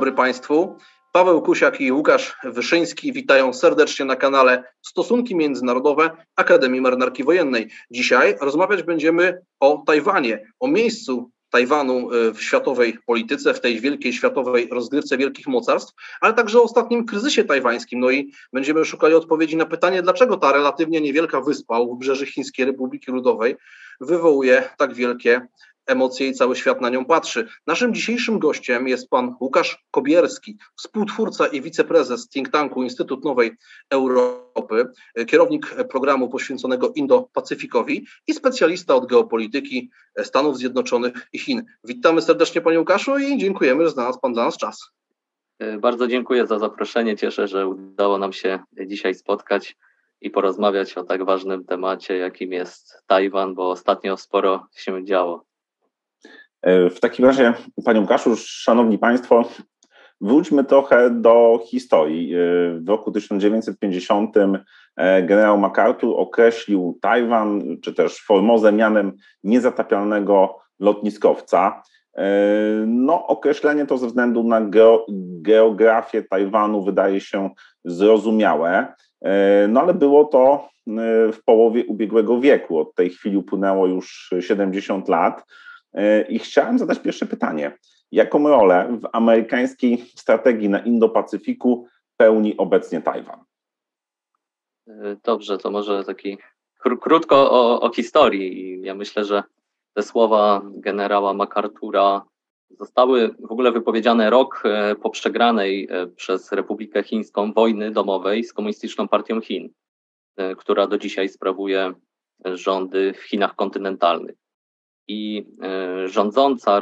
dobry Państwu. Paweł Kusiak i Łukasz Wyszyński witają serdecznie na kanale Stosunki Międzynarodowe Akademii Marynarki Wojennej. Dzisiaj rozmawiać będziemy o Tajwanie, o miejscu Tajwanu w światowej polityce, w tej wielkiej światowej rozgrywce wielkich mocarstw, ale także o ostatnim kryzysie tajwańskim. No i będziemy szukali odpowiedzi na pytanie, dlaczego ta relatywnie niewielka wyspa u wybrzeży Chińskiej Republiki Ludowej wywołuje tak wielkie emocje i cały świat na nią patrzy. Naszym dzisiejszym gościem jest pan Łukasz Kobierski, współtwórca i wiceprezes think tanku Instytut Nowej Europy, kierownik programu poświęconego Indo-Pacyfikowi i specjalista od geopolityki Stanów Zjednoczonych i Chin. Witamy serdecznie panie Łukaszu i dziękujemy, że znalazł pan dla nas czas. Bardzo dziękuję za zaproszenie. Cieszę, że udało nam się dzisiaj spotkać i porozmawiać o tak ważnym temacie, jakim jest Tajwan, bo ostatnio sporo się działo. W takim razie, panie Łukaszu, szanowni państwo, wróćmy trochę do historii. W roku 1950 generał MacArthur określił Tajwan, czy też Formozę mianem niezatapialnego lotniskowca. No, określenie to ze względu na geografię Tajwanu wydaje się zrozumiałe, no ale było to w połowie ubiegłego wieku. Od tej chwili upłynęło już 70 lat. I chciałem zadać pierwsze pytanie. Jaką rolę w amerykańskiej strategii na Indo-Pacyfiku pełni obecnie Tajwan? Dobrze, to może taki krótko o historii. Ja myślę, że te słowa generała MacArthura zostały w ogóle wypowiedziane rok po przegranej przez Republikę Chińską wojny domowej z Komunistyczną Partią Chin, która do dzisiaj sprawuje rządy w Chinach kontynentalnych. I rządzący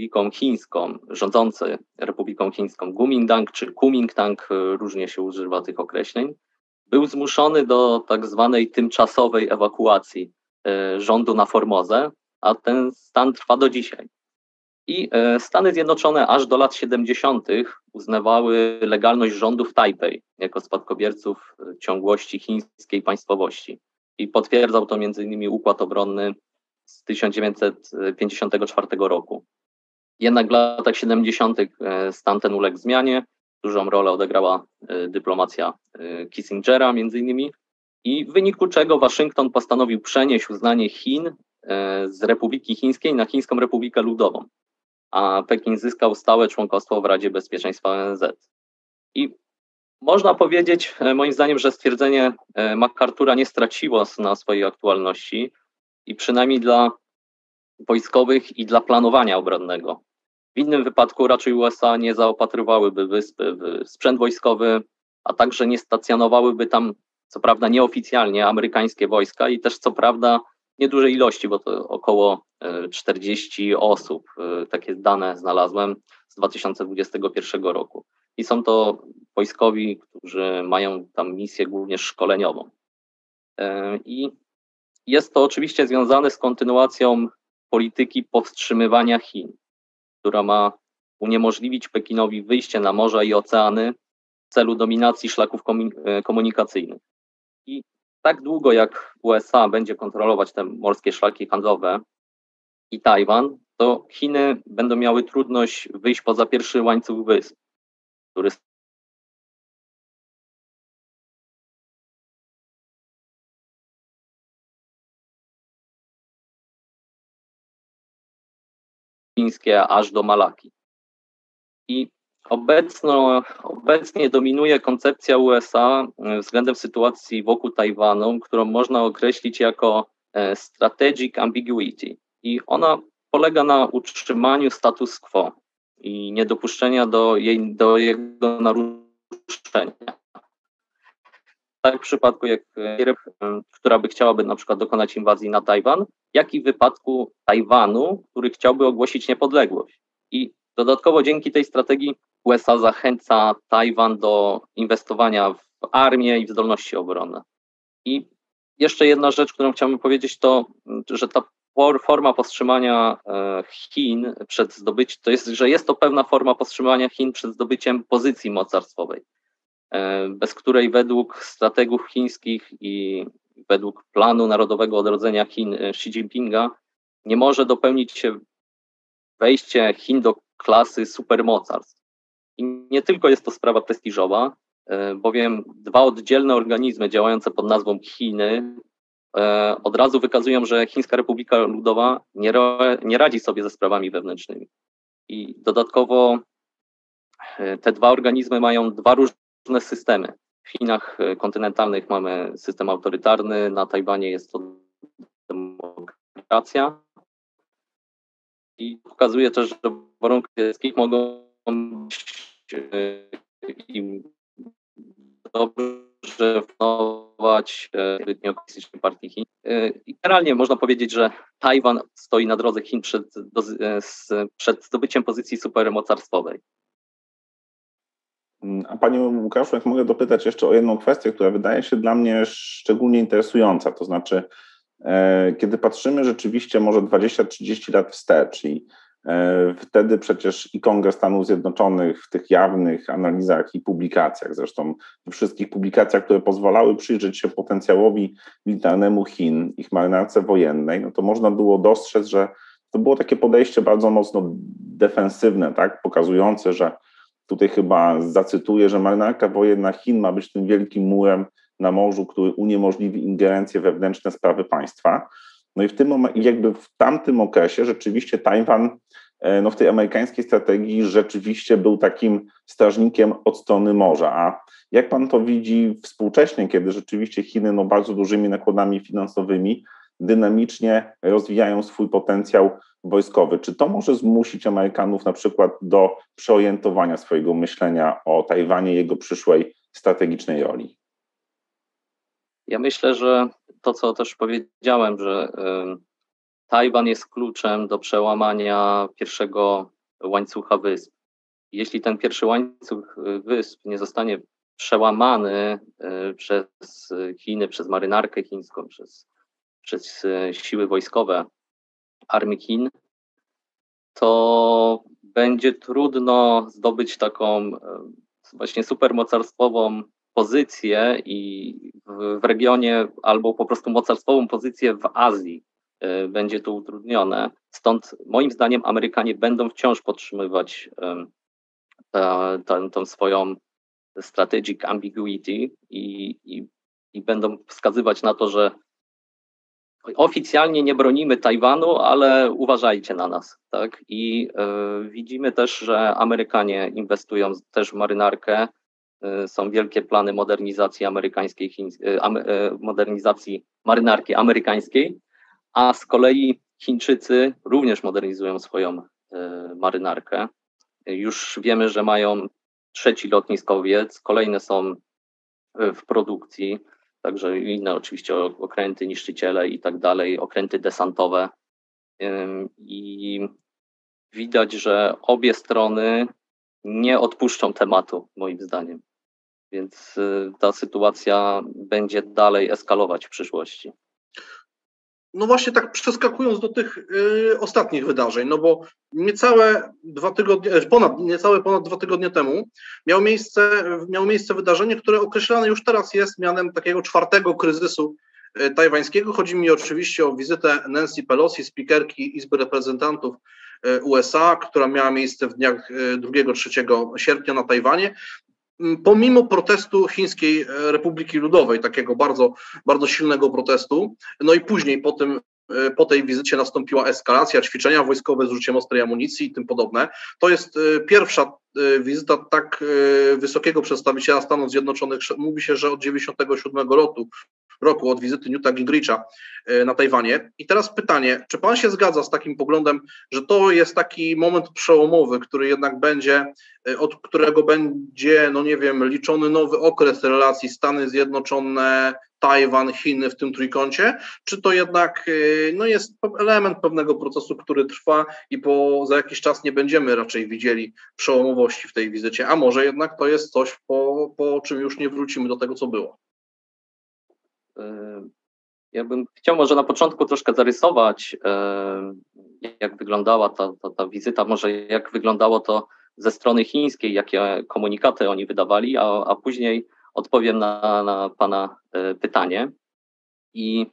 Republiką Chińską Kuomintang czy Kuomintang, różnie się używa tych określeń, był zmuszony do tak zwanej tymczasowej ewakuacji rządu na Formozę, a ten stan trwa do dzisiaj. I Stany Zjednoczone aż do lat 70. uznawały legalność rządu w Tajpej jako spadkobierców ciągłości chińskiej państwowości. I potwierdzał to m.in. układ obronny z 1954 roku. Jednak w latach 70. stan ten uległ zmianie. Dużą rolę odegrała dyplomacja Kissingera między innymi i w wyniku czego Waszyngton postanowił przenieść uznanie Chin z Republiki Chińskiej na Chińską Republikę Ludową, a Pekin zyskał stałe członkostwo w Radzie Bezpieczeństwa ONZ. I można powiedzieć, moim zdaniem, że stwierdzenie MacArthura nie straciło na swojej aktualności, i przynajmniej dla wojskowych i dla planowania obronnego. W innym wypadku raczej USA nie zaopatrywałyby wyspy w sprzęt wojskowy, a także nie stacjonowałyby tam, co prawda nieoficjalnie, amerykańskie wojska i też co prawda nieduże ilości, bo to około 40 osób. Takie dane znalazłem z 2021 roku. I są to wojskowi, którzy mają tam misję głównie szkoleniową. I jest to oczywiście związane z kontynuacją polityki powstrzymywania Chin, która ma uniemożliwić Pekinowi wyjście na morza i oceany w celu dominacji szlaków komunikacyjnych. I tak długo jak USA będzie kontrolować te morskie szlaki handlowe i Tajwan, to Chiny będą miały trudność wyjść poza pierwszy łańcuch wysp, który chińskie aż do Malakki. I obecnie dominuje koncepcja USA względem sytuacji wokół Tajwanu, którą można określić jako strategic ambiguity. I ona polega na utrzymaniu status quo i niedopuszczenia do jego naruszenia. Tak w przypadku jak która by chciałaby na przykład dokonać inwazji na Tajwan, jak i w wypadku Tajwanu, który chciałby ogłosić niepodległość. I dodatkowo dzięki tej strategii USA zachęca Tajwan do inwestowania w armię i w zdolności obronne. I jeszcze jedna rzecz, którą chciałbym powiedzieć, to, że ta forma powstrzymania Chin przed zdobyciem, że jest to pewna forma powstrzymania Chin przed zdobyciem pozycji mocarstwowej, bez której według strategów chińskich i według planu Narodowego Odrodzenia Chin Xi Jinpinga nie może dopełnić się wejście Chin do klasy supermocarstw. I nie tylko jest to sprawa prestiżowa, bowiem dwa oddzielne organizmy działające pod nazwą Chiny od razu wykazują, że Chińska Republika Ludowa nie radzi sobie ze sprawami wewnętrznymi. I dodatkowo te dwa organizmy mają dwa różne systemy. W Chinach kontynentalnych mamy system autorytarny, na Tajwanie jest to demokracja. I pokazuje też, że warunki wszystkich mogą być im dobrze wpływać zbytnio komunistycznej partii Chin. I generalnie można powiedzieć, że Tajwan stoi na drodze Chin przed zdobyciem pozycji supermocarstwowej. A Panie Łukaszu, jak mogę dopytać jeszcze o jedną kwestię, która wydaje się dla mnie szczególnie interesująca, to znaczy kiedy patrzymy rzeczywiście może 20-30 lat wstecz i wtedy przecież i Kongres Stanów Zjednoczonych w tych jawnych analizach i publikacjach, zresztą w wszystkich publikacjach, które pozwalały przyjrzeć się potencjałowi militarnemu Chin, ich marynarce wojennej, no to można było dostrzec, że to było takie podejście bardzo mocno defensywne, tak, pokazujące, że tutaj chyba zacytuję, że marynarka wojenna Chin ma być tym wielkim murem na morzu, który uniemożliwi ingerencję wewnętrzne sprawy państwa. No i w tamtym okresie rzeczywiście Tajwan w tej amerykańskiej strategii rzeczywiście był takim strażnikiem od strony morza. A jak pan to widzi współcześnie, kiedy rzeczywiście Chiny bardzo dużymi nakładami finansowymi dynamicznie rozwijają swój potencjał wojskowy? Czy to może zmusić Amerykanów na przykład do przeorientowania swojego myślenia o Tajwanie i jego przyszłej strategicznej roli? Ja myślę, że to, co też powiedziałem, że Tajwan jest kluczem do przełamania pierwszego łańcucha wysp. Jeśli ten pierwszy łańcuch wysp nie zostanie przełamany przez Chiny, przez marynarkę chińską, przez siły wojskowe armii Chin, to będzie trudno zdobyć taką właśnie supermocarstwową pozycję i w regionie albo po prostu mocarstwową pozycję w Azji będzie to utrudnione. Stąd moim zdaniem Amerykanie będą wciąż podtrzymywać tą swoją strategic ambiguity i będą wskazywać na to, że oficjalnie nie bronimy Tajwanu, ale uważajcie na nas. Tak? I widzimy też, że Amerykanie inwestują też w marynarkę. Są wielkie plany modernizacji modernizacji marynarki amerykańskiej, a z kolei Chińczycy również modernizują swoją marynarkę. Już wiemy, że mają 3. lotniskowiec, kolejne są w produkcji, także inne oczywiście okręty, niszczyciele i tak dalej, okręty desantowe. I widać, że obie strony nie odpuszczą tematu, moim zdaniem. Więc ta sytuacja będzie dalej eskalować w przyszłości. No właśnie tak przeskakując do tych ostatnich wydarzeń, no bo niecałe ponad 2 tygodnie temu miało miejsce wydarzenie, które określane już teraz jest mianem takiego 4. kryzysu tajwańskiego. Chodzi mi oczywiście o wizytę Nancy Pelosi, spikerki Izby Reprezentantów USA, która miała miejsce w dniach 2-3 sierpnia na Tajwanie. Pomimo protestu Chińskiej Republiki Ludowej, takiego bardzo, bardzo silnego protestu, no i później po tej wizycie nastąpiła eskalacja, ćwiczenia wojskowe z użyciem ostrej amunicji i tym podobne. To jest pierwsza wizyta tak wysokiego przedstawiciela Stanów Zjednoczonych, mówi się, że od 1997 roku, od wizyty Newta Gingricha na Tajwanie. I teraz pytanie, czy pan się zgadza z takim poglądem, że to jest taki moment przełomowy, który jednak będzie, od którego będzie, no nie wiem, liczony nowy okres relacji Stany Zjednoczone, Tajwan, Chiny w tym trójkącie, czy to jednak no jest element pewnego procesu, który trwa i za jakiś czas nie będziemy raczej widzieli przełomowości w tej wizycie, a może jednak to jest coś, po czym już nie wrócimy do tego, co było? Ja bym chciał może na początku troszkę zarysować, jak wyglądała ta wizyta, może jak wyglądało to ze strony chińskiej, jakie komunikaty oni wydawali, a później odpowiem na pana pytanie. I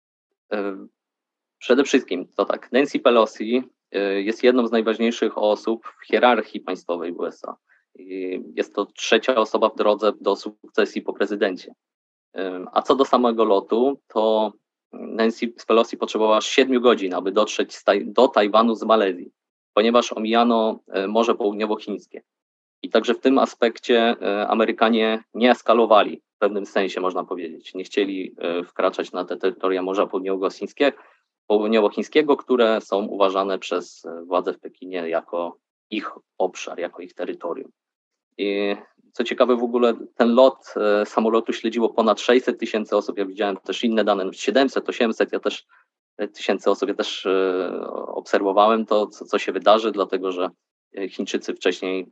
przede wszystkim to tak, Nancy Pelosi jest jedną z najważniejszych osób w hierarchii państwowej USA. Jest to trzecia osoba w drodze do sukcesji po prezydencie. A co do samego lotu, to Nancy Pelosi potrzebowała 7 godzin, aby dotrzeć do Tajwanu z Malezji, ponieważ omijano Morze Południowochińskie. I także w tym aspekcie Amerykanie nie eskalowali, w pewnym sensie można powiedzieć. Nie chcieli wkraczać na te terytoria Morza Południowochińskiego, które są uważane przez władze w Pekinie jako ich obszar, jako ich terytorium. I co ciekawe, w ogóle ten lot samolotu śledziło ponad 600 000 osób. Ja widziałem też inne dane, 700, 800, tysięcy osób. Ja też obserwowałem to, co się wydarzy, dlatego że Chińczycy wcześniej,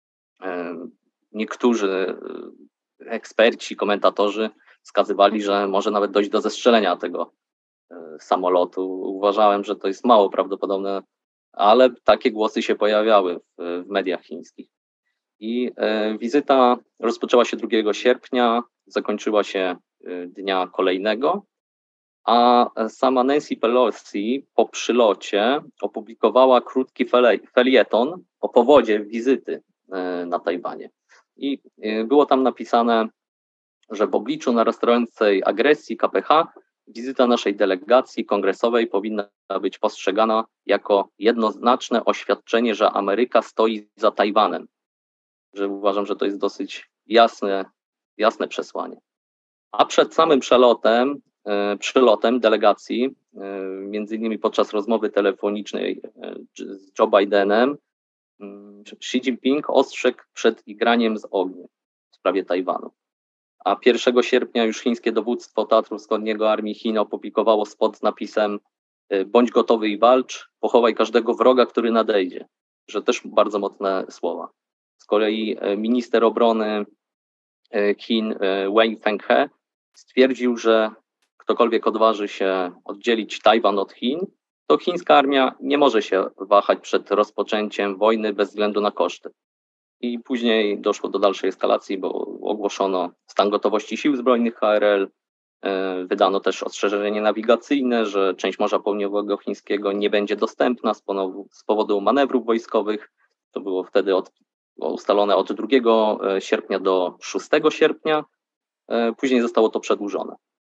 niektórzy eksperci, komentatorzy wskazywali, że może nawet dojść do zestrzelenia tego samolotu. Uważałem, że to jest mało prawdopodobne, ale takie głosy się pojawiały w mediach chińskich. I wizyta rozpoczęła się 2 sierpnia, zakończyła się dnia kolejnego, a sama Nancy Pelosi po przylocie opublikowała krótki felieton o powodzie wizyty na Tajwanie. I było tam napisane, że w obliczu narastającej agresji KPH wizyta naszej delegacji kongresowej powinna być postrzegana jako jednoznaczne oświadczenie, że Ameryka stoi za Tajwanem. Że uważam, że to jest dosyć jasne przesłanie. A przed samym przylotem delegacji, między innymi podczas rozmowy telefonicznej z Joe Bidenem, Xi Jinping ostrzegł przed igraniem z ogniem w sprawie Tajwanu. A 1 sierpnia już chińskie dowództwo Teatru Wschodniego Armii Chin opublikowało spot z napisem: bądź gotowy i walcz, pochowaj każdego wroga, który nadejdzie. Że też bardzo mocne słowa. Z kolei minister obrony Chin Wei Fenghe stwierdził, że ktokolwiek odważy się oddzielić Tajwan od Chin, to chińska armia nie może się wahać przed rozpoczęciem wojny bez względu na koszty. I później doszło do dalszej eskalacji, bo ogłoszono stan gotowości sił zbrojnych KRL, wydano też ostrzeżenie nawigacyjne, że część Morza Południowochińskiego nie będzie dostępna z powodu manewrów wojskowych. To było wtedy ustalone od 2 sierpnia do 6 sierpnia. Później zostało to przedłużone.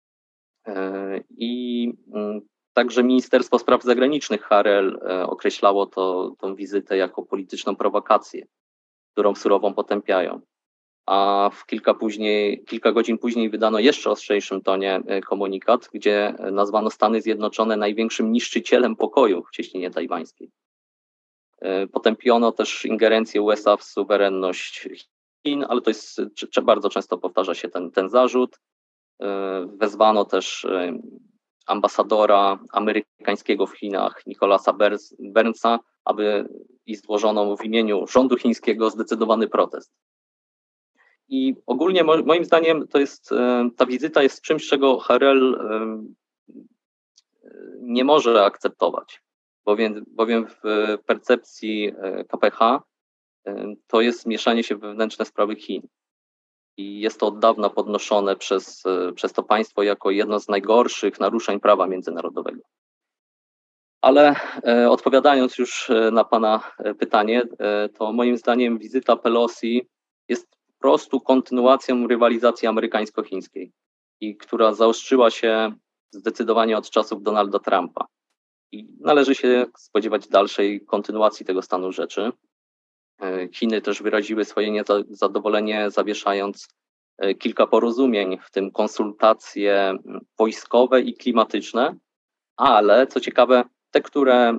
I także Ministerstwo Spraw Zagranicznych KRL określało tą wizytę jako polityczną prowokację, którą surową potępiają. A kilka godzin później wydano jeszcze ostrzejszym tonie komunikat, gdzie nazwano Stany Zjednoczone największym niszczycielem pokoju w cieśninie tajwańskiej. Potępiono też ingerencję USA w suwerenność Chin, ale to jest, bardzo często powtarza się ten zarzut. Wezwano też ambasadora amerykańskiego w Chinach, Nicholasa Bernsa, i złożono w imieniu rządu chińskiego zdecydowany protest. I ogólnie moim zdaniem ta wizyta jest czymś, czego KRL nie może akceptować, bowiem w percepcji KPH to jest mieszanie się w wewnętrzne sprawy Chin. I jest to od dawna podnoszone przez to państwo jako jedno z najgorszych naruszeń prawa międzynarodowego. Ale odpowiadając już na Pana pytanie, to moim zdaniem wizyta Pelosi jest po prostu kontynuacją rywalizacji amerykańsko-chińskiej, i która zaostrzyła się zdecydowanie od czasów Donalda Trumpa. I należy się spodziewać dalszej kontynuacji tego stanu rzeczy. Chiny też wyraziły swoje niezadowolenie, zawieszając kilka porozumień, w tym konsultacje wojskowe i klimatyczne, ale co ciekawe, te, które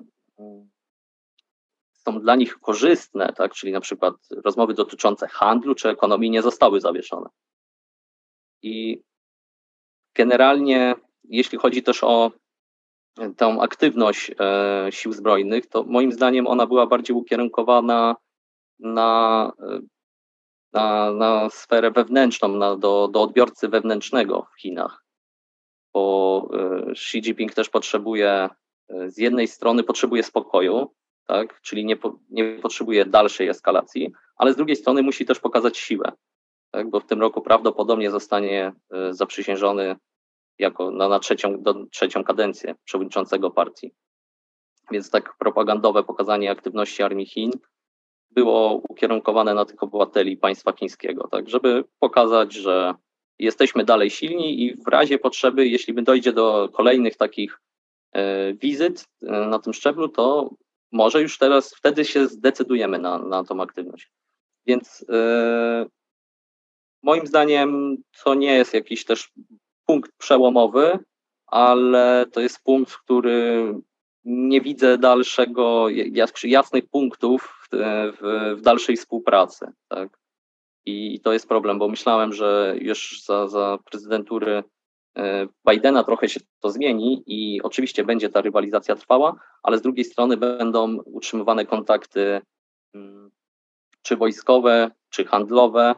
są dla nich korzystne, tak, czyli na przykład rozmowy dotyczące handlu czy ekonomii, nie zostały zawieszone. I generalnie, jeśli chodzi też o tę aktywność sił zbrojnych, to moim zdaniem ona była bardziej ukierunkowana na sferę wewnętrzną, do odbiorcy wewnętrznego w Chinach. Bo Xi Jinping też z jednej strony potrzebuje spokoju, tak, czyli nie potrzebuje dalszej eskalacji, ale z drugiej strony musi też pokazać siłę, tak, bo w tym roku prawdopodobnie zostanie zaprzysiężony na trzecią kadencję przewodniczącego partii. Więc tak propagandowe pokazanie aktywności armii Chin było ukierunkowane na tych obywateli państwa chińskiego, tak, żeby pokazać, że jesteśmy dalej silni i w razie potrzeby, jeśli dojdzie do kolejnych takich wizyt na tym szczeblu, to może już teraz, wtedy się zdecydujemy na tą aktywność. Więc moim zdaniem to nie jest jakiś też punkt przełomowy, ale to jest punkt, w którym nie widzę jasnych punktów w dalszej współpracy. Tak? I to jest problem, bo myślałem, że już za prezydentury Bidena trochę się to zmieni i oczywiście będzie ta rywalizacja trwała, ale z drugiej strony będą utrzymywane kontakty czy wojskowe, czy handlowe,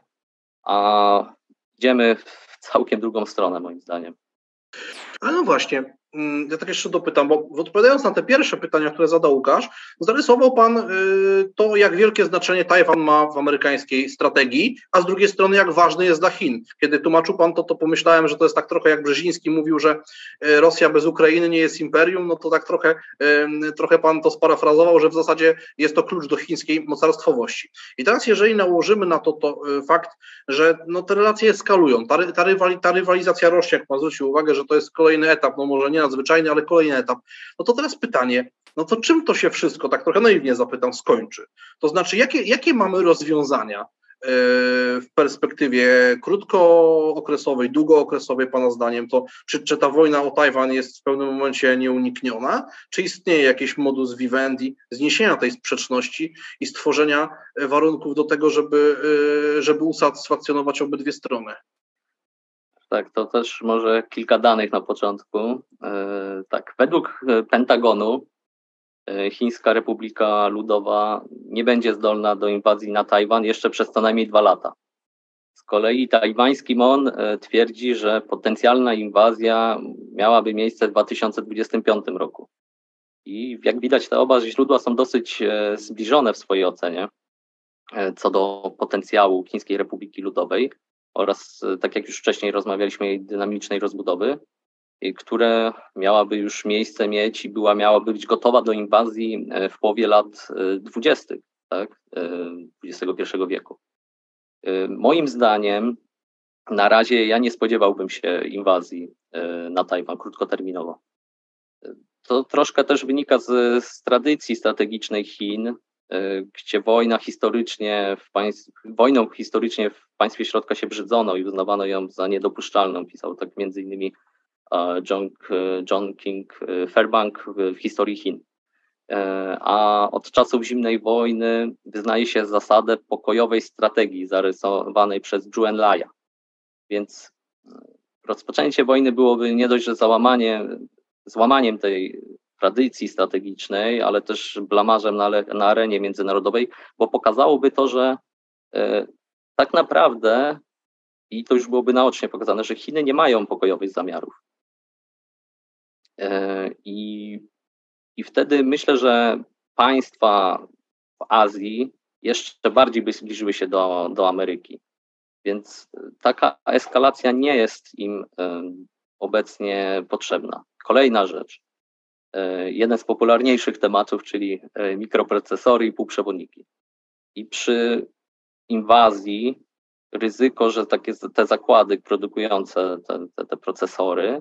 a idziemy w całkiem drugą stronę, moim zdaniem. Ale no właśnie, ja tak jeszcze dopytam, bo odpowiadając na te pierwsze pytania, które zadał Łukasz, zarysował Pan to, jak wielkie znaczenie Tajwan ma w amerykańskiej strategii, a z drugiej strony, jak ważny jest dla Chin. Kiedy tłumaczył Pan to pomyślałem, że to jest tak trochę jak Brzeziński mówił, że Rosja bez Ukrainy nie jest imperium, no to tak trochę Pan to sparafrazował, że w zasadzie jest to klucz do chińskiej mocarstwowości. I teraz, jeżeli nałożymy na to fakt, że no, te relacje eskalują, ta rywalizacja rośnie, jak Pan zwrócił uwagę, że to jest kolejny etap, no może nie nadzwyczajny, ale kolejny etap. No to teraz pytanie, no to czym to się wszystko, tak trochę naiwnie zapytam, skończy? To znaczy, jakie mamy rozwiązania w perspektywie krótkookresowej, długookresowej, Pana zdaniem, to czy ta wojna o Tajwan jest w pewnym momencie nieunikniona, czy istnieje jakiś modus vivendi zniesienia tej sprzeczności i stworzenia warunków do tego, żeby usatysfakcjonować obydwie strony? Tak, to też może kilka danych na początku. Tak, według Pentagonu Chińska Republika Ludowa nie będzie zdolna do inwazji na Tajwan jeszcze przez co najmniej 2 lata. Z kolei tajwański MON twierdzi, że potencjalna inwazja miałaby miejsce w 2025 roku. I jak widać, te oba źródła są dosyć zbliżone w swojej ocenie co do potencjału Chińskiej Republiki Ludowej oraz, tak jak już wcześniej rozmawialiśmy, jej dynamicznej rozbudowy, które miałaby już miejsce mieć i miałaby być gotowa do inwazji w połowie lat 20. Tak, XXI wieku. Moim zdaniem na razie ja nie spodziewałbym się inwazji na Tajwan krótkoterminowo. To troszkę też wynika z tradycji strategicznej Chin, gdzie wojną historycznie w państwie środka się brzydzono i uznawano ją za niedopuszczalną. Pisał tak między innymi John King Fairbank w historii Chin. A od czasów zimnej wojny wyznaje się zasadę pokojowej strategii zarysowanej przez Zhou Enlaia. Więc rozpoczęcie wojny byłoby nie dość, że złamaniem tej tradycji strategicznej, ale też blamażem na arenie międzynarodowej, bo pokazałoby to, że tak naprawdę, i to już byłoby naocznie pokazane, że Chiny nie mają pokojowych zamiarów. I wtedy myślę, że państwa w Azji jeszcze bardziej by zbliżyły się do Ameryki. Więc taka eskalacja nie jest im obecnie potrzebna. Kolejna rzecz. Jeden z popularniejszych tematów, czyli mikroprocesory i półprzewodniki. I przy inwazji ryzyko, że te zakłady produkujące te procesory,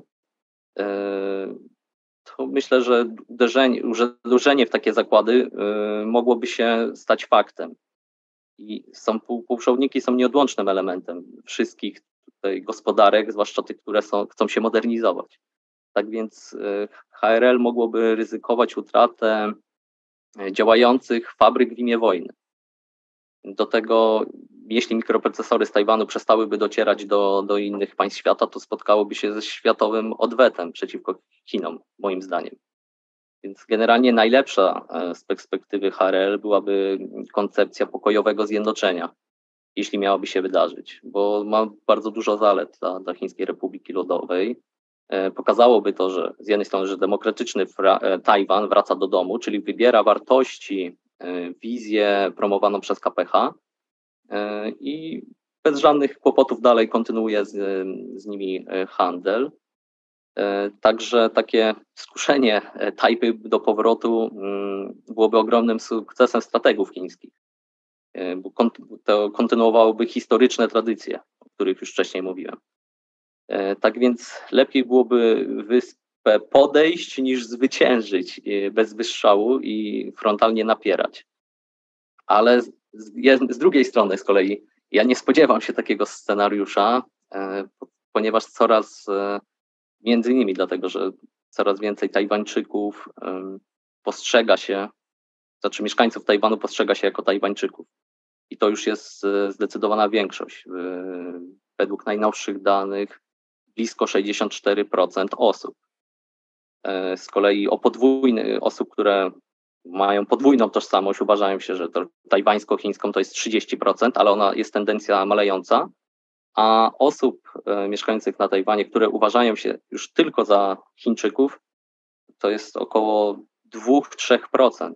to myślę, że uderzenie w takie zakłady mogłoby się stać faktem. I półprzewodniki są nieodłącznym elementem wszystkich tutaj gospodarek, zwłaszcza tych, które chcą się modernizować. Tak więc HRL mogłoby ryzykować utratę działających fabryk w imię wojny. Do tego, jeśli mikroprocesory z Tajwanu przestałyby docierać do innych państw świata, to spotkałoby się ze światowym odwetem przeciwko Chinom, moim zdaniem. Więc generalnie najlepsza z perspektywy HRL byłaby koncepcja pokojowego zjednoczenia, jeśli miałaby się wydarzyć, bo ma bardzo dużo zalet dla Chińskiej Republiki Ludowej. Pokazałoby to, że z jednej strony, że demokratyczny Tajwan wraca do domu, czyli wybiera wartości, wizję promowaną przez KPH i bez żadnych kłopotów dalej kontynuuje z nimi handel. Także takie skuszenie Tajpy do powrotu byłoby ogromnym sukcesem strategów chińskich. bo to kontynuowałoby historyczne tradycje, o których już wcześniej mówiłem. Tak więc lepiej byłoby wyspę podejść niż zwyciężyć bez wystrzału i frontalnie napierać. Ale z drugiej strony z kolei ja nie spodziewam się takiego scenariusza, ponieważ między innymi dlatego, że coraz więcej Tajwańczyków postrzega się, znaczy mieszkańców Tajwanu postrzega się jako Tajwańczyków. I to już jest zdecydowana większość. Według najnowszych danych blisko 64% osób. Z kolei osób, które mają podwójną tożsamość, uważają się, że to tajwańsko-chińską to jest 30%, ale jest tendencja malejąca, a osób mieszkających na Tajwanie, które uważają się już tylko za Chińczyków, to jest około 2-3%.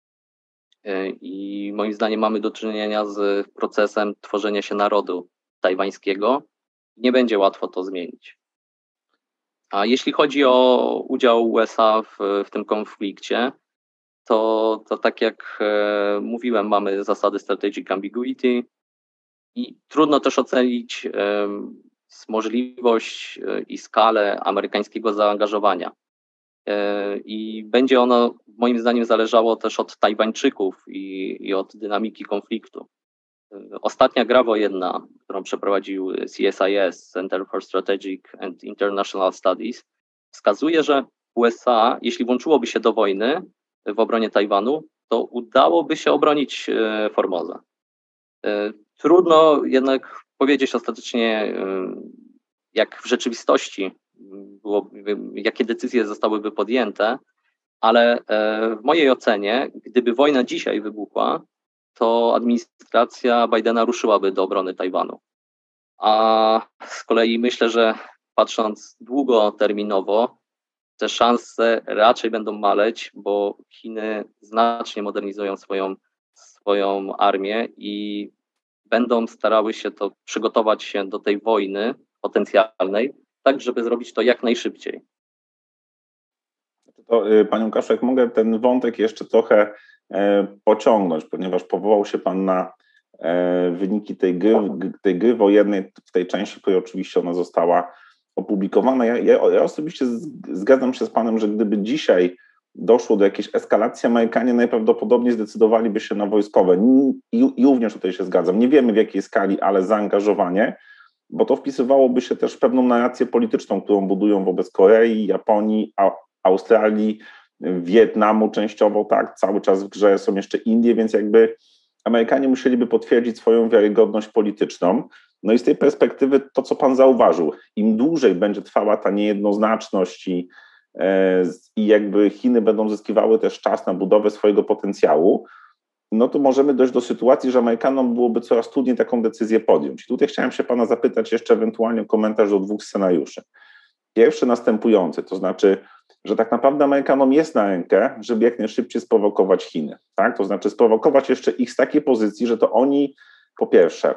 I moim zdaniem mamy do czynienia z procesem tworzenia się narodu tajwańskiego. Nie będzie łatwo to zmienić. A jeśli chodzi o udział USA w tym konflikcie, to tak jak mówiłem, mamy zasady strategic ambiguity i trudno też ocenić możliwość i skalę amerykańskiego zaangażowania. I będzie ono moim zdaniem zależało też od Tajwańczyków i od dynamiki konfliktu. Ostatnia gra wojenna, którą przeprowadził CSIS, Center for Strategic and International Studies, wskazuje, że USA, jeśli włączyłoby się do wojny w obronie Tajwanu, to udałoby się obronić Formozę. Trudno jednak powiedzieć ostatecznie, jak w rzeczywistości jakie decyzje zostałyby podjęte, ale w mojej ocenie, gdyby wojna dzisiaj wybuchła, to administracja Bidena ruszyłaby do obrony Tajwanu. A z kolei myślę, że patrząc długoterminowo, te szanse raczej będą maleć, bo Chiny znacznie modernizują swoją armię i będą starały się przygotować się do tej wojny potencjalnej, tak żeby zrobić to jak najszybciej. To, Panie Łukaszu, jak mogę ten wątek jeszcze trochę pociągnąć, ponieważ powołał się Pan na wyniki tej gry wojennej w tej części, w której oczywiście ona została opublikowana. Ja osobiście zgadzam się z Panem, że gdyby dzisiaj doszło do jakiejś eskalacji, Amerykanie najprawdopodobniej zdecydowaliby się na wojskowe. I również tutaj się zgadzam. Nie wiemy w jakiej skali, ale zaangażowanie, bo to wpisywałoby się też w pewną narrację polityczną, którą budują wobec Korei, Japonii, Australii, Wietnamu częściowo, tak, cały czas w grze są jeszcze Indie, więc jakby Amerykanie musieliby potwierdzić swoją wiarygodność polityczną. No i z tej perspektywy to, co Pan zauważył, im dłużej będzie trwała ta niejednoznaczność i jakby Chiny będą zyskiwały też czas na budowę swojego potencjału, no to możemy dojść do sytuacji, że Amerykanom byłoby coraz trudniej taką decyzję podjąć. I tutaj chciałem się Pana zapytać jeszcze ewentualnie o komentarz do 2 scenariuszy. Pierwszy następujący, to znaczy, że tak naprawdę Amerykanom jest na rękę, żeby jak najszybciej sprowokować Chiny. Tak? To znaczy sprowokować jeszcze ich z takiej pozycji, że to oni po pierwsze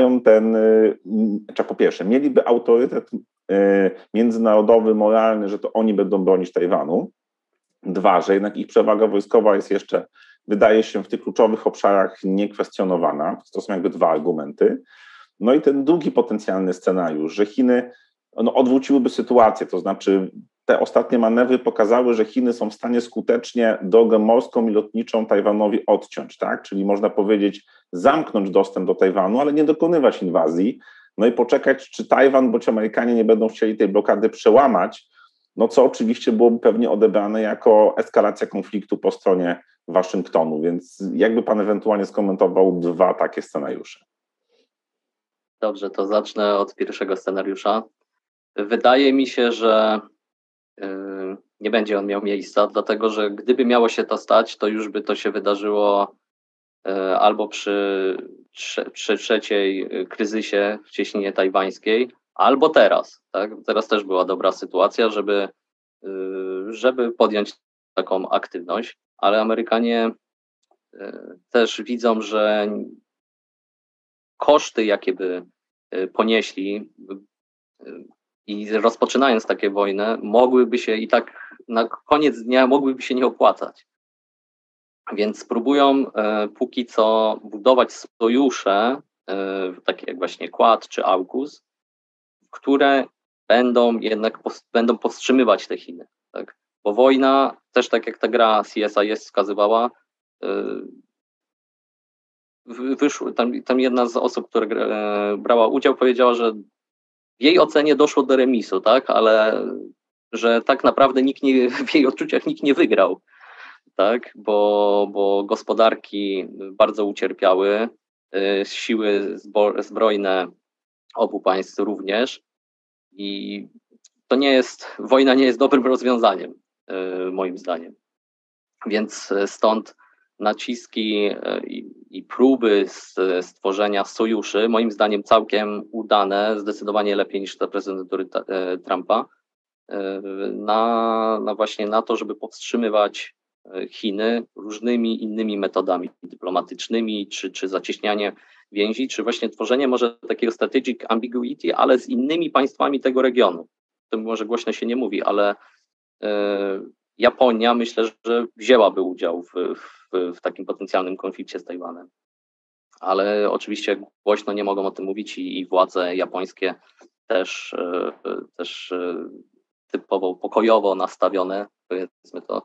mieliby autorytet międzynarodowy, moralny, że to oni będą bronić Tajwanu. 2, że jednak ich przewaga wojskowa jest jeszcze, wydaje się, w tych kluczowych obszarach niekwestionowana. To są jakby 2 argumenty. No i ten drugi potencjalny scenariusz, że Chiny odwróciłyby sytuację, to znaczy te ostatnie manewry pokazały, że Chiny są w stanie skutecznie drogę morską i lotniczą Tajwanowi odciąć, tak? Czyli można powiedzieć zamknąć dostęp do Tajwanu, ale nie dokonywać inwazji, no i poczekać, czy Tajwan bądź Amerykanie nie będą chcieli tej blokady przełamać, no co oczywiście byłoby pewnie odebrane jako eskalacja konfliktu po stronie Waszyngtonu, więc jakby Pan ewentualnie skomentował 2 takie scenariusze? Dobrze, to zacznę od pierwszego scenariusza. Wydaje mi się, że nie będzie on miał miejsca, dlatego że gdyby miało się to stać, to już by to się wydarzyło albo przy trzeciej kryzysie w cieśninie tajwańskiej, albo teraz. Tak? Teraz też była dobra sytuacja, żeby podjąć taką aktywność, ale Amerykanie też widzą, że koszty, jakie by ponieśli i rozpoczynając takie wojny, mogłyby się i tak na koniec dnia mogłyby się nie opłacać. Więc próbują póki co budować sojusze, takie jak właśnie Quad czy AUKUS, które będą powstrzymywać te Chiny. Tak? Bo wojna, też tak jak ta gra CSIS wskazywała, tam jedna z osób, która brała udział, powiedziała, że w jej ocenie doszło do remisu, tak? Ale że tak naprawdę w jej odczuciach nikt nie wygrał, tak? Bo gospodarki bardzo ucierpiały, siły zbrojne obu państw również i wojna nie jest dobrym rozwiązaniem, moim zdaniem. Więc stąd naciski i próby stworzenia sojuszy, moim zdaniem całkiem udane, zdecydowanie lepiej niż te prezydentury Trumpa, właśnie na to, żeby powstrzymywać Chiny różnymi innymi metodami dyplomatycznymi, czy zacieśnianie więzi, czy właśnie tworzenie może takiego strategic ambiguity, ale z innymi państwami tego regionu. O tym może głośno się nie mówi, ale Japonia myślę, że wzięłaby udział w takim potencjalnym konflikcie z Tajwanem. Ale oczywiście głośno nie mogą o tym mówić i władze japońskie też typowo pokojowo nastawione, powiedzmy to,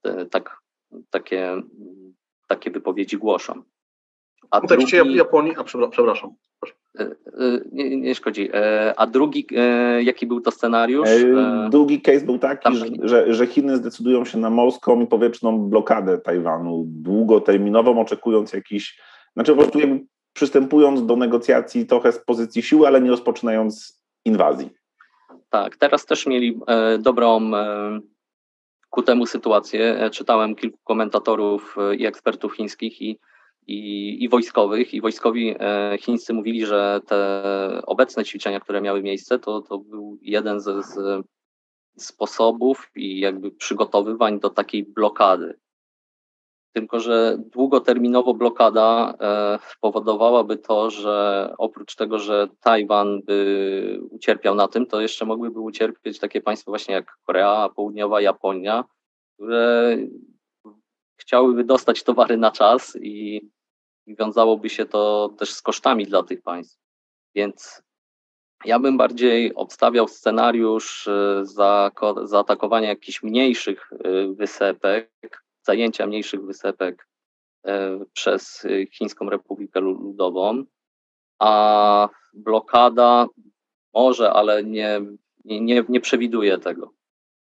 takie wypowiedzi głoszą. W kontekście Japonii, przepraszam. Nie szkodzi. A drugi, jaki był to scenariusz? Drugi case był taki, że Chiny zdecydują się na morską i powietrzną blokadę Tajwanu, długoterminową, oczekując po prostu jakby przystępując do negocjacji trochę z pozycji siły, ale nie rozpoczynając inwazji. Tak, teraz też mieli dobrą ku temu sytuację. Czytałem kilku komentatorów i ekspertów chińskich i wojskowych. I wojskowi chińscy mówili, że te obecne ćwiczenia, które miały miejsce, to był jeden ze sposobów i jakby przygotowywań do takiej blokady. Tylko że długoterminowo blokada spowodowałaby to, że oprócz tego, że Tajwan by ucierpiał na tym, to jeszcze mogłyby ucierpieć takie państwa właśnie jak Korea Południowa, Japonia, które chciałyby dostać towary na czas i wiązałoby się to też z kosztami dla tych państw. Więc ja bym bardziej obstawiał scenariusz zaatakowania jakichś mniejszych wysepek, zajęcia mniejszych wysepek przez Chińską Republikę Ludową, a blokada może, ale nie przewiduje tego.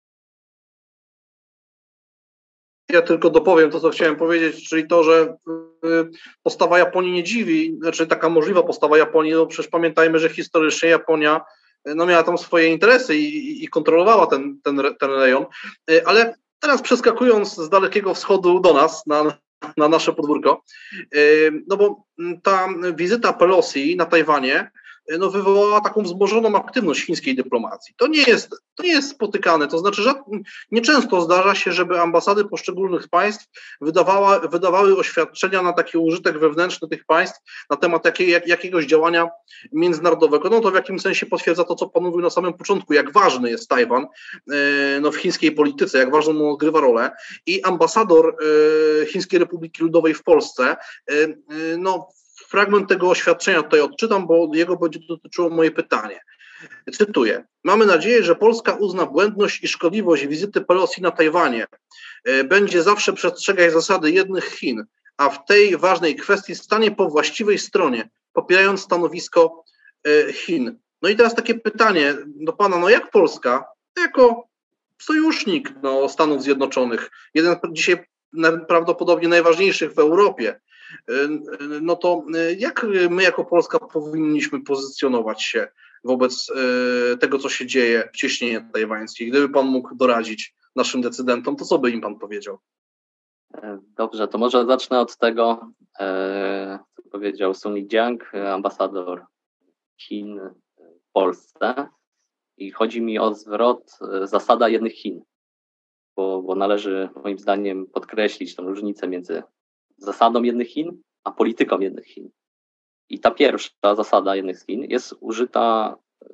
Ja tylko dopowiem to, co chciałem powiedzieć, czyli to, że postawa Japonii nie dziwi, znaczy taka możliwa postawa Japonii, no przecież pamiętajmy, że historycznie Japonia miała tam swoje interesy i kontrolowała ten rejon, ale teraz przeskakując z Dalekiego Wschodu do nas, na nasze podwórko, no bo ta wizyta Pelosi na Tajwanie wywołała taką wzmożoną aktywność chińskiej dyplomacji. To nie jest spotykane, to znaczy, że nieczęsto zdarza się, żeby ambasady poszczególnych państw wydawały oświadczenia na taki użytek wewnętrzny tych państw na temat jakiegoś działania międzynarodowego. No to w jakimś sensie potwierdza to, co pan mówił na samym początku, jak ważny jest Tajwan w chińskiej polityce, jak ważną on odgrywa rolę. I ambasador Chińskiej Republiki Ludowej w Polsce, fragment tego oświadczenia tutaj odczytam, bo jego będzie dotyczyło moje pytanie. Cytuję. Mamy nadzieję, że Polska uzna błędność i szkodliwość wizyty Pelosi na Tajwanie. Będzie zawsze przestrzegać zasady jednych Chin, a w tej ważnej kwestii stanie po właściwej stronie, popierając stanowisko Chin. No i teraz takie pytanie do pana, jak Polska, jako sojusznik Stanów Zjednoczonych, jeden dzisiaj prawdopodobnie najważniejszych w Europie, no to jak my jako Polska powinniśmy pozycjonować się wobec tego, co się dzieje w cieśninie tajwańskiej? Gdyby pan mógł doradzić naszym decydentom, to co by im pan powiedział? Dobrze, to może zacznę od tego, co powiedział Sun Lijiang, ambasador Chin w Polsce. I chodzi mi o zwrot zasada jednych Chin, bo należy moim zdaniem podkreślić tę różnicę między zasadą jednych Chin, a polityką jednych Chin. I ta pierwsza zasada jednych Chin jest użyta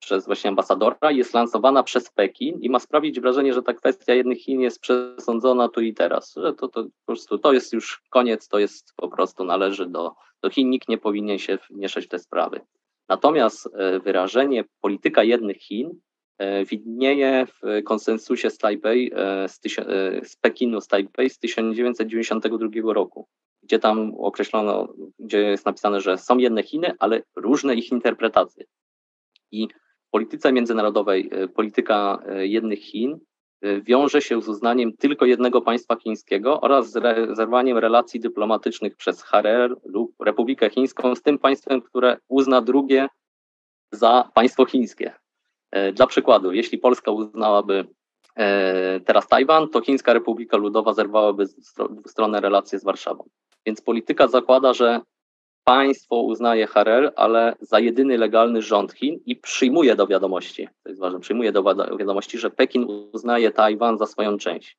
przez właśnie ambasadora, jest lansowana przez Pekin i ma sprawić wrażenie, że ta kwestia jednych Chin jest przesądzona tu i teraz, że to po prostu to jest już koniec, to jest po prostu należy do Chin, nikt nie powinien się wmieszać w te sprawy. Natomiast wyrażenie polityka jednych Chin widnieje w konsensusie z Tajpej, z Pekinu z Tajpej z 1992 roku, gdzie tam określono, gdzie jest napisane, że są jedne Chiny, ale różne ich interpretacje. I w polityce międzynarodowej polityka jednych Chin wiąże się z uznaniem tylko jednego państwa chińskiego oraz z zerwaniem relacji dyplomatycznych przez HRL lub Republikę Chińską z tym państwem, które uzna drugie za państwo chińskie. Dla przykładu, jeśli Polska uznałaby teraz Tajwan, to Chińska Republika Ludowa zerwałaby dwustronne relacje z Warszawą. Więc polityka zakłada, że państwo uznaje HRL, ale za jedyny legalny rząd Chin i przyjmuje do wiadomości, to jest ważne, przyjmuje do wiadomości, że Pekin uznaje Tajwan za swoją część.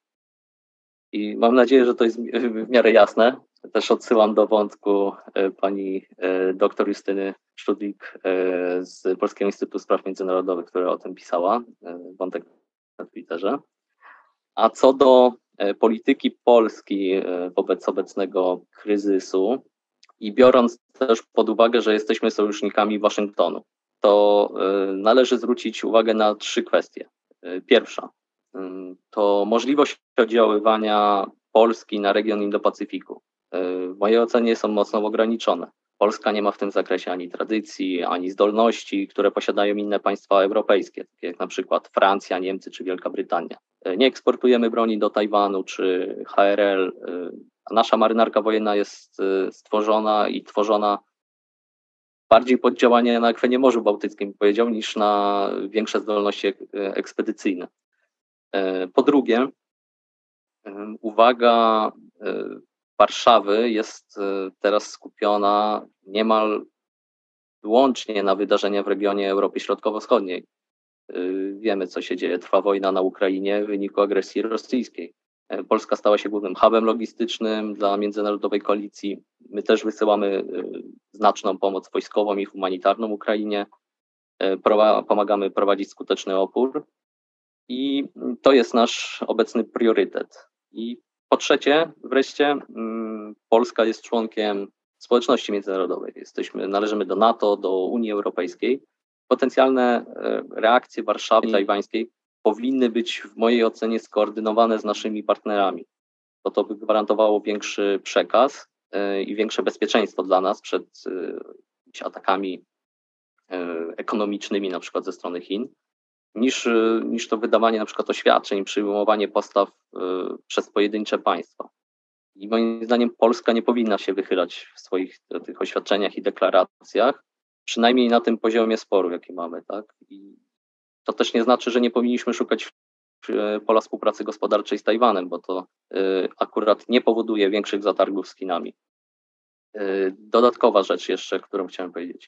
I mam nadzieję, że to jest w miarę jasne. Też odsyłam do wątku pani dr Justyny Sztudlik z Polskiego Instytutu Spraw Międzynarodowych, która o tym pisała, wątek na Twitterze. A co do polityki Polski wobec obecnego kryzysu i biorąc też pod uwagę, że jesteśmy sojusznikami Waszyngtonu, to należy zwrócić uwagę na 3 kwestie. Pierwsza to możliwość oddziaływania Polski na region Indo-Pacyfiku. W mojej ocenie są mocno ograniczone. Polska nie ma w tym zakresie ani tradycji, ani zdolności, które posiadają inne państwa europejskie, takie jak na przykład Francja, Niemcy czy Wielka Brytania. Nie eksportujemy broni do Tajwanu czy HRL, a nasza marynarka wojenna jest stworzona i tworzona bardziej pod działanie na akwenie Morzu Bałtyckim, powiedział, niż na większe zdolności ekspedycyjne. Po drugie, uwaga Warszawy jest teraz skupiona niemal wyłącznie na wydarzeniach w regionie Europy Środkowo-Wschodniej. Wiemy, co się dzieje. Trwa wojna na Ukrainie w wyniku agresji rosyjskiej. Polska stała się głównym hubem logistycznym dla międzynarodowej koalicji. My też wysyłamy znaczną pomoc wojskową i humanitarną Ukrainie. Pomagamy prowadzić skuteczny opór. I to jest nasz obecny priorytet. I po trzecie, wreszcie, Polska jest członkiem społeczności międzynarodowej. Należymy do NATO, do Unii Europejskiej. Potencjalne reakcje Warszawy tajwańskiej powinny być w mojej ocenie skoordynowane z naszymi partnerami, bo to by gwarantowało większy przekaz i większe bezpieczeństwo dla nas przed atakami ekonomicznymi, na przykład ze strony Chin, niż to wydawanie na przykład oświadczeń, przyjmowanie postaw przez pojedyncze państwa. I moim zdaniem Polska nie powinna się wychylać w swoich tych oświadczeniach i deklaracjach, przynajmniej na tym poziomie sporu, jaki mamy, tak? I to też nie znaczy, że nie powinniśmy szukać pola współpracy gospodarczej z Tajwanem, bo to akurat nie powoduje większych zatargów z Chinami. Dodatkowa rzecz jeszcze, którą chciałem powiedzieć.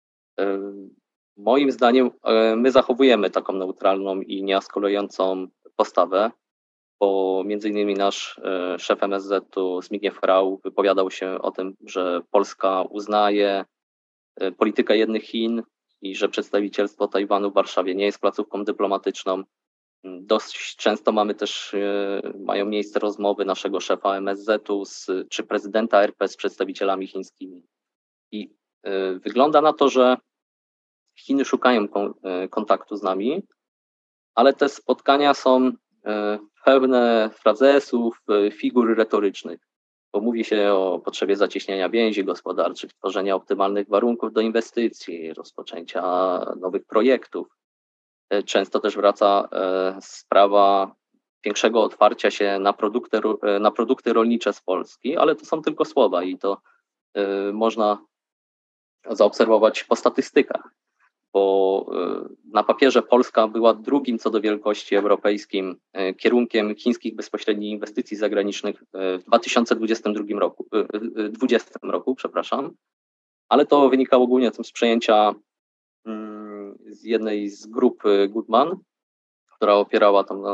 Moim zdaniem my zachowujemy taką neutralną i nieeskolującą postawę, bo między innymi nasz szef MSZ-u Zbigniew Rau wypowiadał się o tym, że Polska uznaje politykę jednych Chin i że przedstawicielstwo Tajwanu w Warszawie nie jest placówką dyplomatyczną. Dość często mają miejsce rozmowy naszego szefa MSZ-u czy prezydenta RP z przedstawicielami chińskimi. I wygląda na to, że Chiny szukają kontaktu z nami, ale te spotkania są pełne frazesów, figur retorycznych, bo mówi się o potrzebie zacieśniania więzi gospodarczych, tworzenia optymalnych warunków do inwestycji, rozpoczęcia nowych projektów. Często też wraca sprawa większego otwarcia się na produkty rolnicze z Polski, ale to są tylko słowa i to można zaobserwować po statystykach, bo na papierze Polska była drugim co do wielkości europejskim kierunkiem chińskich bezpośrednich inwestycji zagranicznych w 2022 roku, ale to wynikało głównie z przejęcia z jednej z grup Goodman, która opierała tam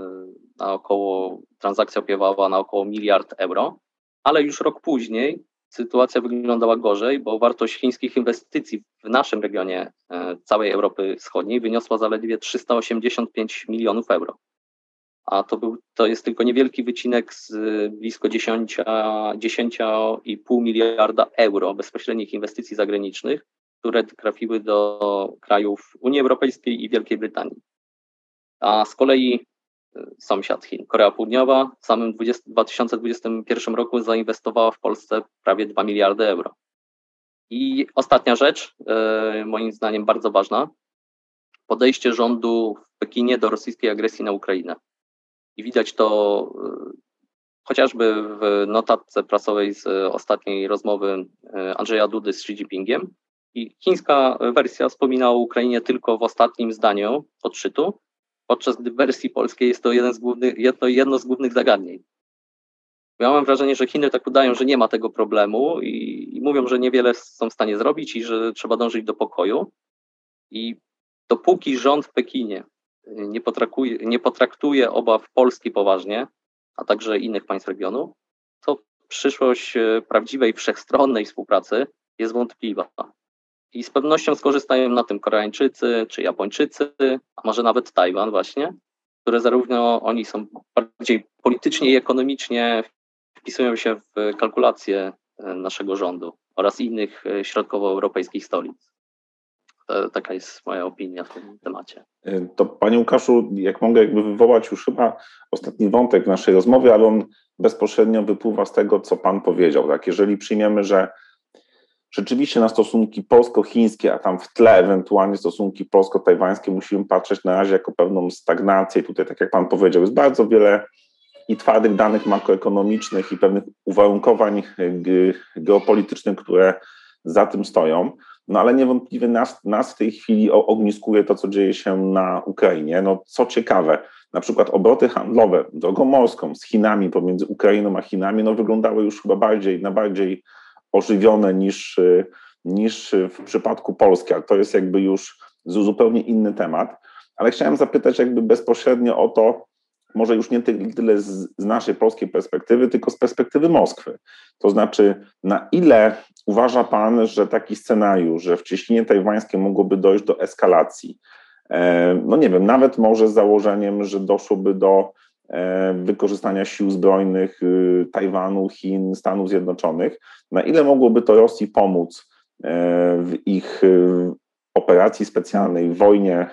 transakcja opiewała na około 1 miliard euro, ale już rok później sytuacja wyglądała gorzej, bo wartość chińskich inwestycji w naszym regionie całej Europy Wschodniej wyniosła zaledwie 385 milionów euro. A to jest tylko niewielki wycinek z blisko 10,5 miliarda euro bezpośrednich inwestycji zagranicznych, które trafiły do krajów Unii Europejskiej i Wielkiej Brytanii. A z kolei sąsiad Chin, Korea Południowa, w samym 2021 roku zainwestowała w Polsce prawie 2 miliardy euro. I ostatnia rzecz, moim zdaniem bardzo ważna, podejście rządu w Pekinie do rosyjskiej agresji na Ukrainę. I widać to chociażby w notatce prasowej z ostatniej rozmowy Andrzeja Dudy z Xi Jinpingiem. I chińska wersja wspomina o Ukrainie tylko w ostatnim zdaniu odczytu, podczas gdy w wersji polskiej jest to jedno z głównych zagadnień. Ja mam wrażenie, że Chiny tak udają, że nie ma tego problemu i mówią, że niewiele są w stanie zrobić i że trzeba dążyć do pokoju. I dopóki rząd w Pekinie nie potraktuje obaw Polski poważnie, a także innych państw regionu, to przyszłość prawdziwej, wszechstronnej współpracy jest wątpliwa. I z pewnością skorzystają na tym Koreańczycy czy Japończycy, a może nawet Tajwan właśnie, które zarówno oni są bardziej politycznie i ekonomicznie wpisują się w kalkulacje naszego rządu oraz innych środkowoeuropejskich stolic. Taka jest moja opinia w tym temacie. To panie Łukaszu, jak mogę wywołać już chyba ostatni wątek w naszej rozmowie, ale on bezpośrednio wypływa z tego, co pan powiedział. Tak? Jeżeli przyjmiemy, że rzeczywiście na stosunki polsko-chińskie, a tam w tle ewentualnie stosunki polsko-tajwańskie musimy patrzeć na razie jako pewną stagnację. Tutaj, tak jak pan powiedział, jest bardzo wiele i twardych danych makroekonomicznych i pewnych uwarunkowań geopolitycznych, które za tym stoją. No ale niewątpliwie nas w tej chwili ogniskuje to, co dzieje się na Ukrainie. No co ciekawe, na przykład obroty handlowe drogą morską z Chinami pomiędzy Ukrainą a Chinami wyglądały już chyba bardziej ożywione niż w przypadku Polski, ale to jest już zupełnie inny temat. Ale chciałem zapytać bezpośrednio o to, może już nie tyle z naszej polskiej perspektywy, tylko z perspektywy Moskwy. To znaczy, na ile uważa pan, że taki scenariusz, że w cieśninie tajwańskiej mogłoby dojść do eskalacji, no nie wiem, nawet może z założeniem, że doszłoby do wykorzystania sił zbrojnych Tajwanu, Chin, Stanów Zjednoczonych, na ile mogłoby to Rosji pomóc w ich operacji specjalnej, wojnie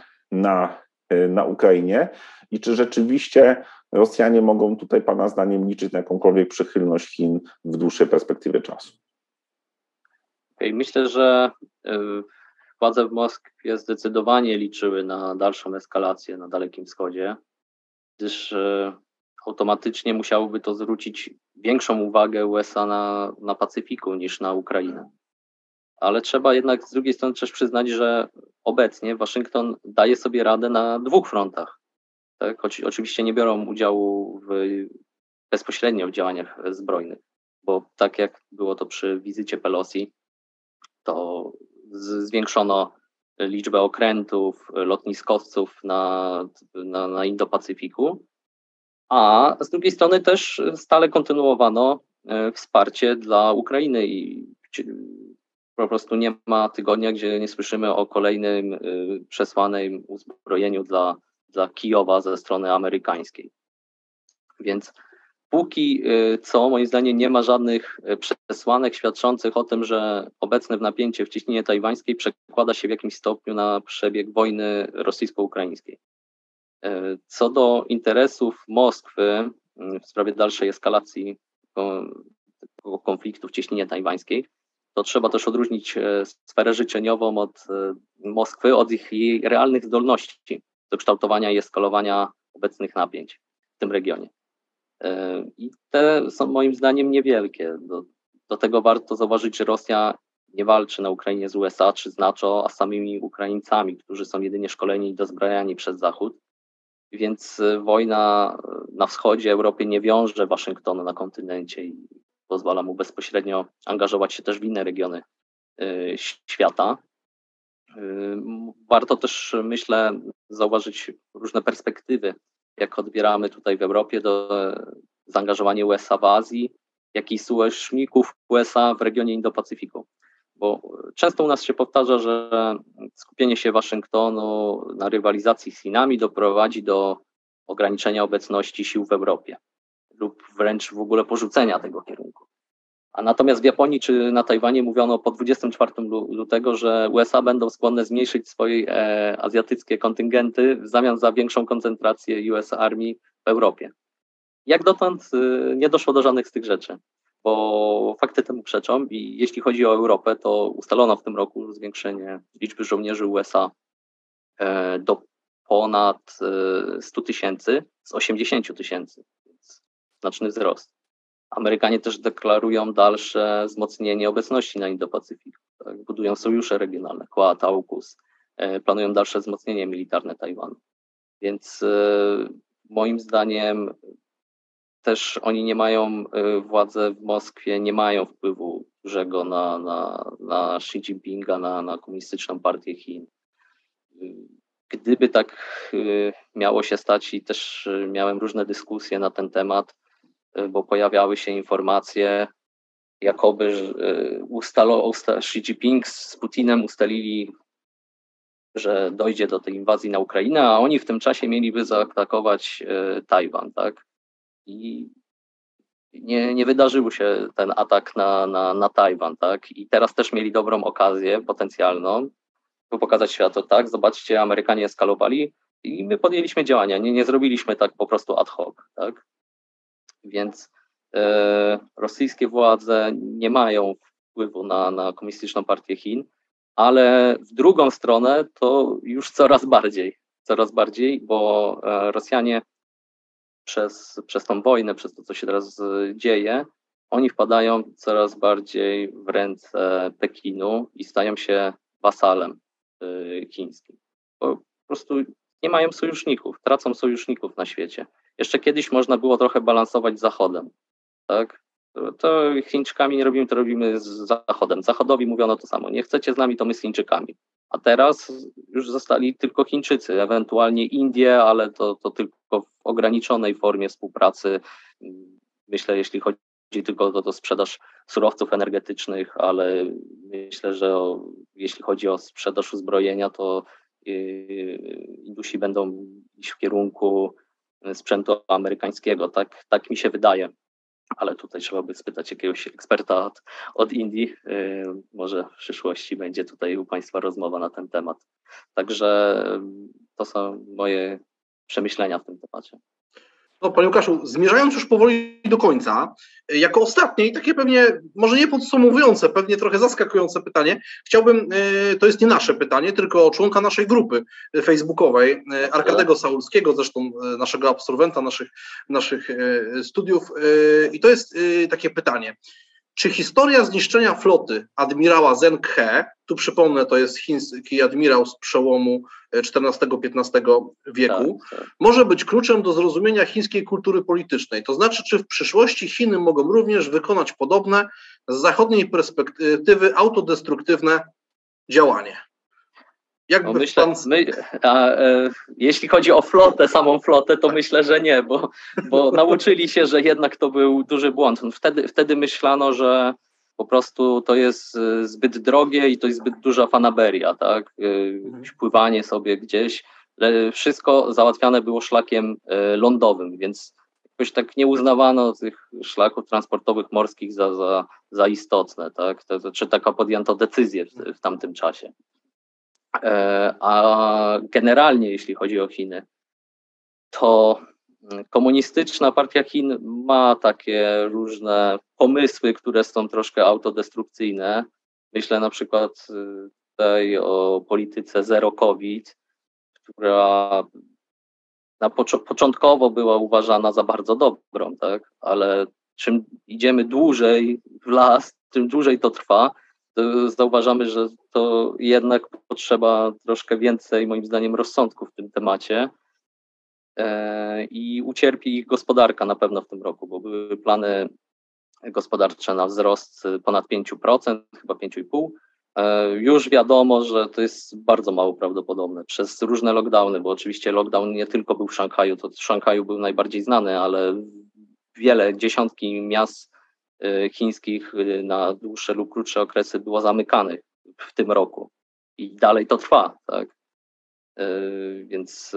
na Ukrainie i czy rzeczywiście Rosjanie mogą tutaj pana zdaniem liczyć na jakąkolwiek przychylność Chin w dłuższej perspektywie czasu? Myślę, że władze w Moskwie zdecydowanie liczyły na dalszą eskalację na Dalekim Wschodzie, gdyż automatycznie musiałoby to zwrócić większą uwagę USA na Pacyfiku niż na Ukrainę. Ale trzeba jednak z drugiej strony też przyznać, że obecnie Waszyngton daje sobie radę na dwóch frontach. Tak? Oczywiście nie biorą udziału bezpośrednio w działaniach zbrojnych, bo tak jak było to przy wizycie Pelosi, to zwiększono liczbę okrętów, lotniskowców na Indo-Pacyfiku, a z drugiej strony też stale kontynuowano wsparcie dla Ukrainy i po prostu nie ma tygodnia, gdzie nie słyszymy o kolejnym przesłanym uzbrojeniu dla Kijowa ze strony amerykańskiej. Więc póki co, moim zdaniem, nie ma żadnych przesłanek świadczących o tym, że obecne napięcie w cieśninie tajwańskiej przekłada się w jakimś stopniu na przebieg wojny rosyjsko-ukraińskiej. Co do interesów Moskwy w sprawie dalszej eskalacji konfliktu w cieśninie tajwańskiej, to trzeba też odróżnić sferę życzeniową od Moskwy, od jej realnych zdolności do kształtowania i eskalowania obecnych napięć w tym regionie. I te są moim zdaniem niewielkie. Do tego warto zauważyć, że Rosja nie walczy na Ukrainie z USA czy z NATO, a z samymi Ukraińcami, którzy są jedynie szkoleni i dozbrajani przez Zachód. Więc wojna na wschodzie Europy nie wiąże Waszyngtonu na kontynencie i pozwala mu bezpośrednio angażować się też w inne regiony świata. Warto też, myślę, zauważyć różne perspektywy, jak odbieramy tutaj w Europie zaangażowanie USA w Azji, jak i sojuszników USA w regionie Indo-Pacyfiku. Bo często u nas się powtarza, że skupienie się Waszyngtonu na rywalizacji z Chinami doprowadzi do ograniczenia obecności sił w Europie lub wręcz w ogóle porzucenia tego kierunku. A natomiast w Japonii czy na Tajwanie mówiono po 24 lutego, że USA będą skłonne zmniejszyć swoje azjatyckie kontyngenty w zamian za większą koncentrację US Army w Europie. Jak dotąd nie doszło do żadnych z tych rzeczy, bo fakty temu przeczą i jeśli chodzi o Europę, to ustalono w tym roku zwiększenie liczby żołnierzy USA do ponad 100 000 z 80 000, więc znaczny wzrost. Amerykanie też deklarują dalsze wzmocnienie obecności na Indo-Pacyfiku. Tak? Budują sojusze regionalne, Quad, AUKUS, planują dalsze wzmocnienie militarne Tajwanu. Więc moim zdaniem też oni nie mają, władze w Moskwie nie mają wpływu dużego na Xi Jinpinga, na komunistyczną partię Chin. Gdyby tak miało się stać i też miałem różne dyskusje na ten temat, bo pojawiały się informacje, jakoby Xi Jinping z Putinem ustalili, że dojdzie do tej inwazji na Ukrainę, a oni w tym czasie mieliby zaatakować Tajwan, tak? I nie wydarzył się ten atak na Tajwan, tak? I teraz też mieli dobrą okazję potencjalną, by pokazać światu, tak? Zobaczcie, Amerykanie eskalowali i my podjęliśmy działania, nie zrobiliśmy tak po prostu ad hoc, tak? Więc rosyjskie władze nie mają wpływu na komunistyczną partię Chin, ale w drugą stronę to już coraz bardziej, bo Rosjanie przez tą wojnę, przez to, co się teraz dzieje, oni wpadają coraz bardziej w ręce Pekinu i stają się wasalem chińskim. Po prostu nie mają sojuszników, tracą sojuszników na świecie. Jeszcze kiedyś można było trochę balansować z Zachodem, tak? To Chińczykami nie robimy, to robimy z Zachodem. Zachodowi mówiono to samo, nie chcecie z nami, to my z Chińczykami. A teraz już zostali tylko Chińczycy, ewentualnie Indie, ale to tylko w ograniczonej formie współpracy. Myślę, jeśli chodzi tylko o sprzedaż surowców energetycznych, ale myślę, że jeśli chodzi o sprzedaż uzbrojenia, to Indusi będą iść w kierunku sprzętu amerykańskiego. Tak mi się wydaje. Ale tutaj trzeba by spytać jakiegoś eksperta od Indii. Może w przyszłości będzie tutaj u Państwa rozmowa na ten temat. Także to są moje przemyślenia w tym temacie. No, Panie Łukaszu, zmierzając już powoli do końca, jako ostatnie i takie pewnie, może nie podsumowujące, pewnie trochę zaskakujące pytanie, chciałbym, to jest nie nasze pytanie, tylko członka naszej grupy facebookowej, Arkadego Saulskiego, zresztą naszego absolwenta naszych studiów, i to jest takie pytanie. Czy historia zniszczenia floty admirała Zheng He, tu przypomnę, to jest chiński admirał z przełomu XIV-XV wieku, tak. Może być kluczem do zrozumienia chińskiej kultury politycznej? To znaczy, czy w przyszłości Chiny mogą również wykonać podobne, z zachodniej perspektywy, autodestruktywne działanie? Jeśli chodzi o flotę, samą flotę, to myślę, że nie, bo nauczyli się, że jednak to był duży błąd. Wtedy myślano, że po prostu to jest zbyt drogie i to jest zbyt duża fanaberia, tak? Pływanie sobie gdzieś. Wszystko załatwiane było szlakiem lądowym, więc jakoś tak nie uznawano tych szlaków transportowych morskich za istotne, tak? Czy taka podjęto decyzję w tamtym czasie. A generalnie, jeśli chodzi o Chiny, to komunistyczna partia Chin ma takie różne pomysły, które są troszkę autodestrukcyjne. Myślę na przykład tutaj o polityce zero COVID, która początkowo była uważana za bardzo dobrą, tak? Ale czym idziemy dłużej w las, tym dłużej to trwa, to zauważamy, że to jednak potrzeba troszkę więcej, moim zdaniem, rozsądku w tym temacie i ucierpi ich gospodarka na pewno w tym roku, bo były plany gospodarcze na wzrost ponad 5%, chyba 5,5%. Już wiadomo, że to jest bardzo mało prawdopodobne przez różne lockdowny, bo oczywiście lockdown nie tylko był w Szanghaju, to w Szanghaju był najbardziej znany, ale dziesiątki miast chińskich na dłuższe lub krótsze okresy było zamykanych w tym roku. I dalej to trwa, tak? Więc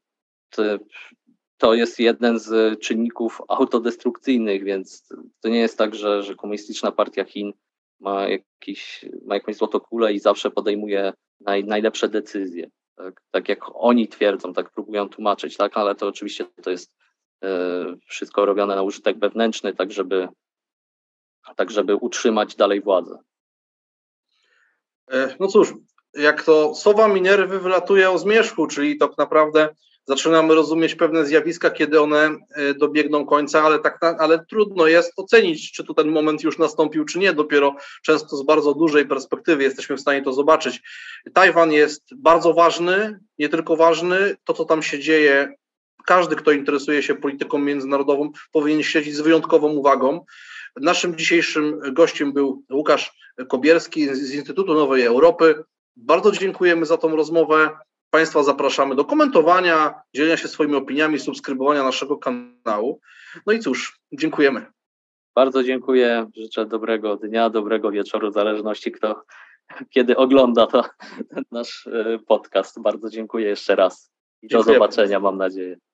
to jest jeden z czynników autodestrukcyjnych, więc to nie jest tak, że Komunistyczna Partia Chin ma jakąś złotokulę i zawsze podejmuje najlepsze decyzje. Tak jak oni twierdzą, tak próbują tłumaczyć, tak? Ale to oczywiście to jest wszystko robione na użytek wewnętrzny, tak żeby utrzymać dalej władzę. No cóż, jak to sowa mi nerwy wylatuje o zmierzchu, czyli tak naprawdę zaczynamy rozumieć pewne zjawiska, kiedy one dobiegną końca, ale trudno jest ocenić, czy tu ten moment już nastąpił, czy nie. Dopiero często z bardzo dużej perspektywy jesteśmy w stanie to zobaczyć. Tajwan jest bardzo ważny, nie tylko ważny. To, co tam się dzieje, każdy, kto interesuje się polityką międzynarodową, powinien śledzić z wyjątkową uwagą. Naszym dzisiejszym gościem był Łukasz Kobierski z Instytutu Nowej Europy. Bardzo dziękujemy za tą rozmowę. Państwa zapraszamy do komentowania, dzielenia się swoimi opiniami, subskrybowania naszego kanału. No i cóż, dziękujemy. Bardzo dziękuję. Życzę dobrego dnia, dobrego wieczoru, w zależności kto kiedy ogląda ten nasz podcast. Bardzo dziękuję jeszcze raz. I do zobaczenia, mam nadzieję.